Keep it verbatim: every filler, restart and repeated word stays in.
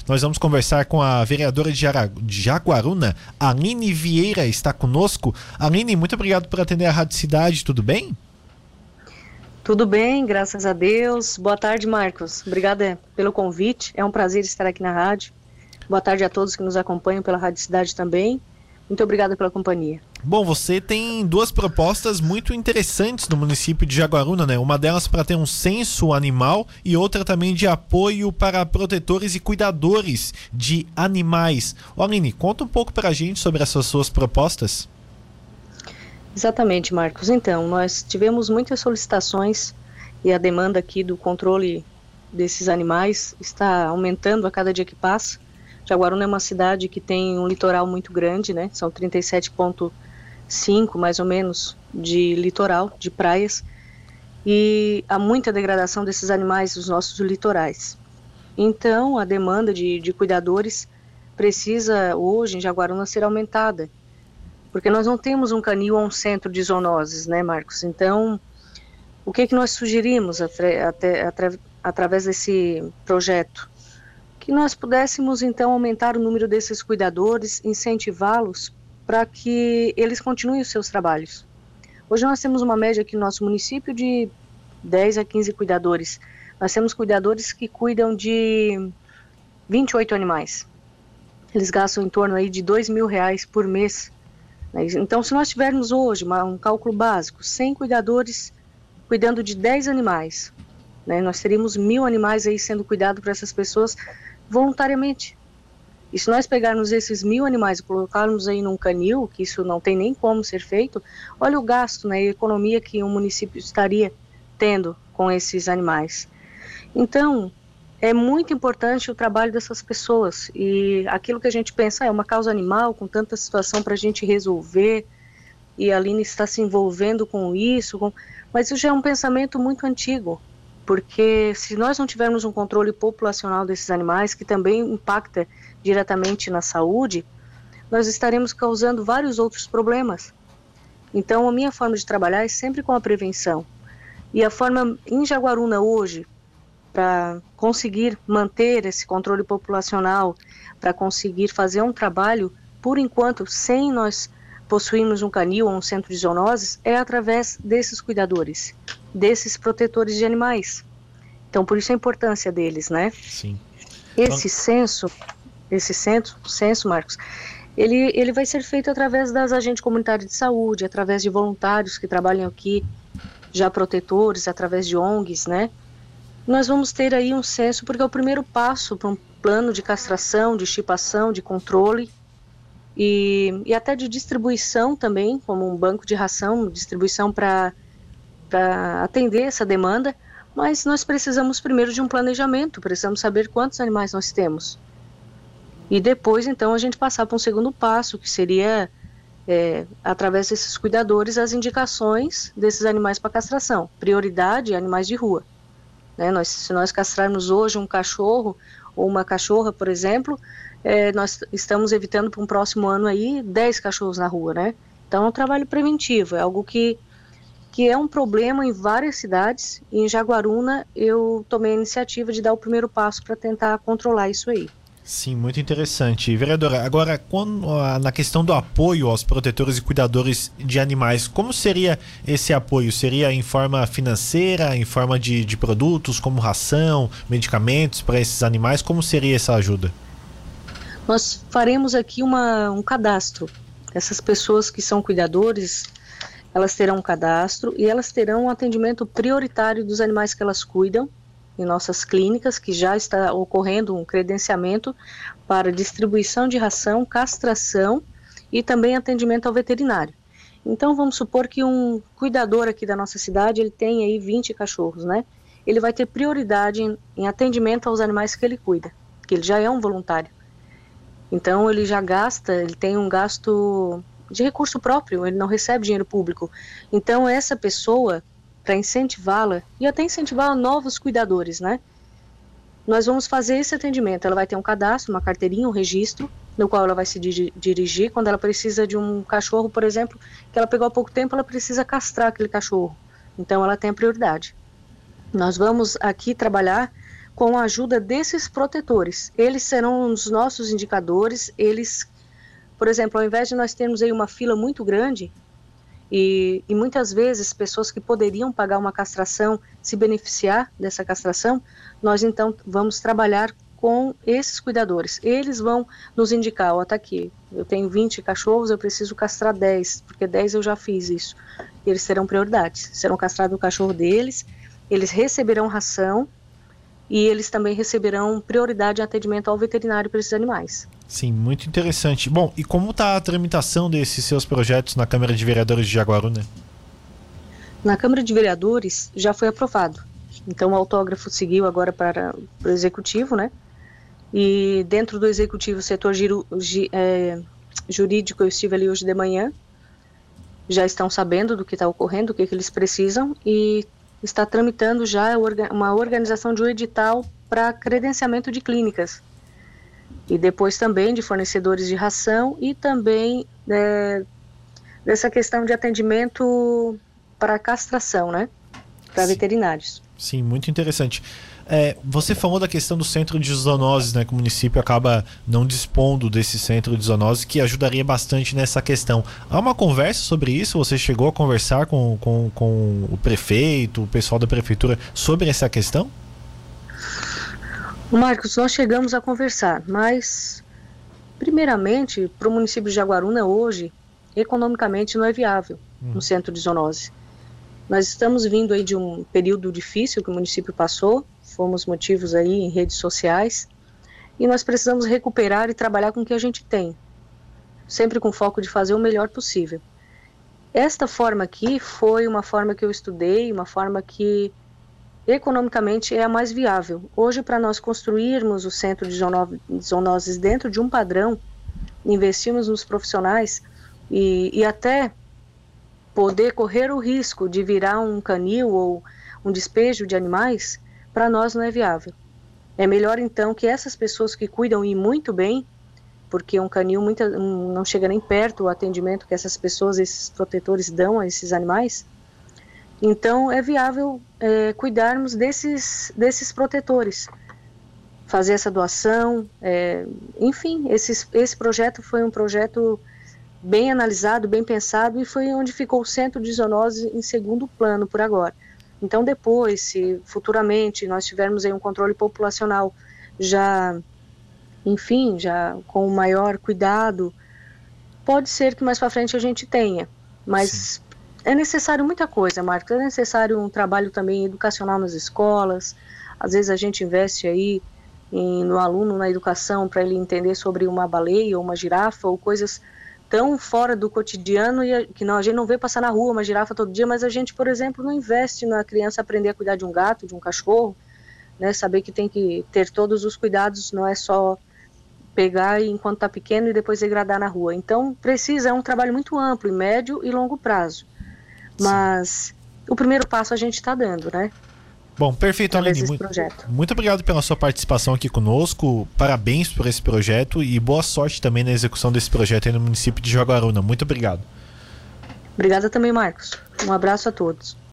Nós vamos conversar com a vereadora de, Jara, de Jaguaruna, Aline Vieira, está conosco. Aline, muito obrigado por atender a Rádio Cidade, tudo bem? Tudo bem, graças a Deus. Boa tarde, Marcos. Obrigada pelo convite, é um prazer estar aqui na rádio. Boa tarde a todos que nos acompanham pela Rádio Cidade também. Muito obrigada pela companhia. Bom, você tem duas propostas muito interessantes no município de Jaguaruna, né? Uma delas para ter um censo animal e outra também de apoio para protetores e cuidadores de animais. Ô, Aline, conta um pouco para a gente sobre essas suas propostas. Exatamente, Marcos. Então, nós tivemos muitas solicitações e a demanda aqui do controle desses animais está aumentando a cada dia que passa. Jaguaruna é uma cidade que tem um litoral muito grande, né? São trinta e sete vírgula cinco, mais ou menos, de litoral, de praias. E há muita degradação desses animais nos nossos litorais. Então, a demanda de, de cuidadores precisa, hoje, em Jaguaruna, ser aumentada. Porque nós não temos um canil ou um centro de zoonoses, né, Marcos? Então, o que, que nós sugerimos atra, atra, atra, através desse projeto? Que nós pudéssemos, então, aumentar o número desses cuidadores, incentivá-los para que eles continuem os seus trabalhos. Hoje nós temos uma média aqui no nosso município de dez a quinze cuidadores. Nós temos cuidadores que cuidam de vinte e oito animais. Eles gastam em torno aí de dois mil reais por mês. Então, se nós tivermos hoje uma, um cálculo básico, cem cuidadores cuidando de dez animais, né, nós teríamos mil animais aí sendo cuidados por essas pessoas voluntariamente. E se nós pegarmos esses mil animais e colocarmos aí num canil, que isso não tem nem como ser feito, olha o gasto, né, a economia que o município estaria tendo com esses animais. Então, é muito importante o trabalho dessas pessoas, e aquilo que a gente pensa é uma causa animal, com tanta situação para a gente resolver, e a Aline está se envolvendo com isso, com... mas isso já é um pensamento muito antigo. Porque se nós não tivermos um controle populacional desses animais, que também impacta diretamente na saúde, nós estaremos causando vários outros problemas. Então, a minha forma de trabalhar é sempre com a prevenção. E a forma em Jaguaruna hoje, para conseguir manter esse controle populacional, para conseguir fazer um trabalho, por enquanto, sem nós possuirmos um canil ou um centro de zoonoses, é através desses cuidadores, desses protetores de animais. Então, por isso a importância deles, né? Sim. Esse censo, esse censo, censo, Marcos, ele, ele vai ser feito através das agentes comunitários de saúde, através de voluntários que trabalham aqui, já protetores, através de O N Gs, né? Nós vamos ter aí um censo, porque é o primeiro passo para um plano de castração, de estipação, de controle, e, e até de distribuição também, como um banco de ração, distribuição para para atender essa demanda, mas nós precisamos primeiro de um planejamento, precisamos saber quantos animais nós temos. E depois, então, a gente passar para um segundo passo, que seria, é, através desses cuidadores, as indicações desses animais para castração. Prioridade, animais de rua. Né? Nós, se nós castrarmos hoje um cachorro ou uma cachorra, por exemplo, é, nós estamos evitando para um próximo ano aí dez cachorros na rua, né? Então é um trabalho preventivo, é algo que que é um problema em várias cidades, e em Jaguaruna eu tomei a iniciativa de dar o primeiro passo para tentar controlar isso aí. Sim, muito interessante. Vereadora, agora, quando, na questão do apoio aos protetores e cuidadores de animais, como seria esse apoio? Seria em forma financeira, em forma de, de produtos, como ração, medicamentos para esses animais? Como seria essa ajuda? Nós faremos aqui uma, um cadastro. Essas pessoas que são cuidadores, elas terão um cadastro e elas terão um atendimento prioritário dos animais que elas cuidam em nossas clínicas, que já está ocorrendo um credenciamento para distribuição de ração, castração e também atendimento ao veterinário. Então vamos supor que um cuidador aqui da nossa cidade, ele tem aí vinte cachorros, né? Ele vai ter prioridade em, em atendimento aos animais que ele cuida, que ele já é um voluntário. Então ele já gasta, ele tem um gasto de recurso próprio, ele não recebe dinheiro público. Então essa pessoa, para incentivá-la e até incentivar novos cuidadores, né? Nós vamos fazer esse atendimento. Ela vai ter um cadastro, uma carteirinha, um registro, no qual ela vai se di- dirigir quando ela precisa de um cachorro, por exemplo, que ela pegou há pouco tempo, ela precisa castrar aquele cachorro. Então ela tem a prioridade. Nós vamos aqui trabalhar com a ajuda desses protetores. Eles serão os nossos indicadores, eles, por exemplo, ao invés de nós termos aí uma fila muito grande, e, e muitas vezes pessoas que poderiam pagar uma castração se beneficiar dessa castração, nós então vamos trabalhar com esses cuidadores. Eles vão nos indicar, ó, tá aqui, eu tenho vinte cachorros, eu preciso castrar dez, porque dez eu já fiz isso. E eles terão prioridades, serão castrados o cachorro deles, eles receberão ração e eles também receberão prioridade em atendimento ao veterinário para esses animais. Sim, muito interessante. Bom, e como está a tramitação desses seus projetos na Câmara de Vereadores de Jaguaruna? Na Câmara de Vereadores já foi aprovado. Então o autógrafo seguiu agora para, para o Executivo, né? E dentro do Executivo, o setor giru, gi, é, jurídico, eu estive ali hoje de manhã, já estão sabendo do que está ocorrendo, do que, que eles precisam, e está tramitando já uma organização de um edital para credenciamento de clínicas. E depois também de fornecedores de ração e também é, dessa questão de atendimento para castração, né? Para veterinários. Sim, muito interessante. É, você falou da questão do centro de zoonoses, né, que o município acaba não dispondo desse centro de zoonoses, que ajudaria bastante nessa questão. Há uma conversa sobre isso? Você chegou a conversar com, com, com o prefeito, o pessoal da prefeitura, sobre essa questão? Marcos, nós chegamos a conversar, mas primeiramente, para o município de Jaguaruna hoje, economicamente não é viável hum. um centro de zoonose. Nós estamos vindo aí de um período difícil que o município passou, fomos motivos aí em redes sociais, e nós precisamos recuperar e trabalhar com o que a gente tem, sempre com foco de fazer o melhor possível. Esta forma aqui foi uma forma que eu estudei, uma forma que economicamente é a mais viável. Hoje, para nós construirmos o centro de zoonoses dentro de um padrão, investirmos nos profissionais e, e até poder correr o risco de virar um canil ou um despejo de animais, para nós não é viável. É melhor então que essas pessoas que cuidam e muito bem, porque um canil muita, um, não chega nem perto o atendimento que essas pessoas, esses protetores dão a esses animais, então é viável é, cuidarmos desses, desses protetores, fazer essa doação, é, enfim, esses, esse projeto foi um projeto bem analisado, bem pensado, e foi onde ficou o centro de zoonose em segundo plano por agora. Então depois, se futuramente nós tivermos aí um controle populacional já, enfim, já com maior cuidado, pode ser que mais para frente a gente tenha, mas sim, é necessário muita coisa, Marcos, é necessário um trabalho também educacional nas escolas, às vezes a gente investe aí em, no aluno, na educação, para ele entender sobre uma baleia ou uma girafa ou coisas tão fora do cotidiano e a, que não, a gente não vê passar na rua uma girafa todo dia, mas a gente, por exemplo, não investe na criança aprender a cuidar de um gato, de um cachorro, né, saber que tem que ter todos os cuidados, não é só pegar enquanto está pequeno e depois degradar na rua. Então precisa, é um trabalho muito amplo, em médio e longo prazo, mas o primeiro passo a gente está dando, né? Bom, perfeito, Aline. Muito, muito obrigado pela sua participação aqui conosco. Parabéns por esse projeto e boa sorte também na execução desse projeto aí no município de Jaguaruna. Muito obrigado. Obrigada também, Marcos. Um abraço a todos.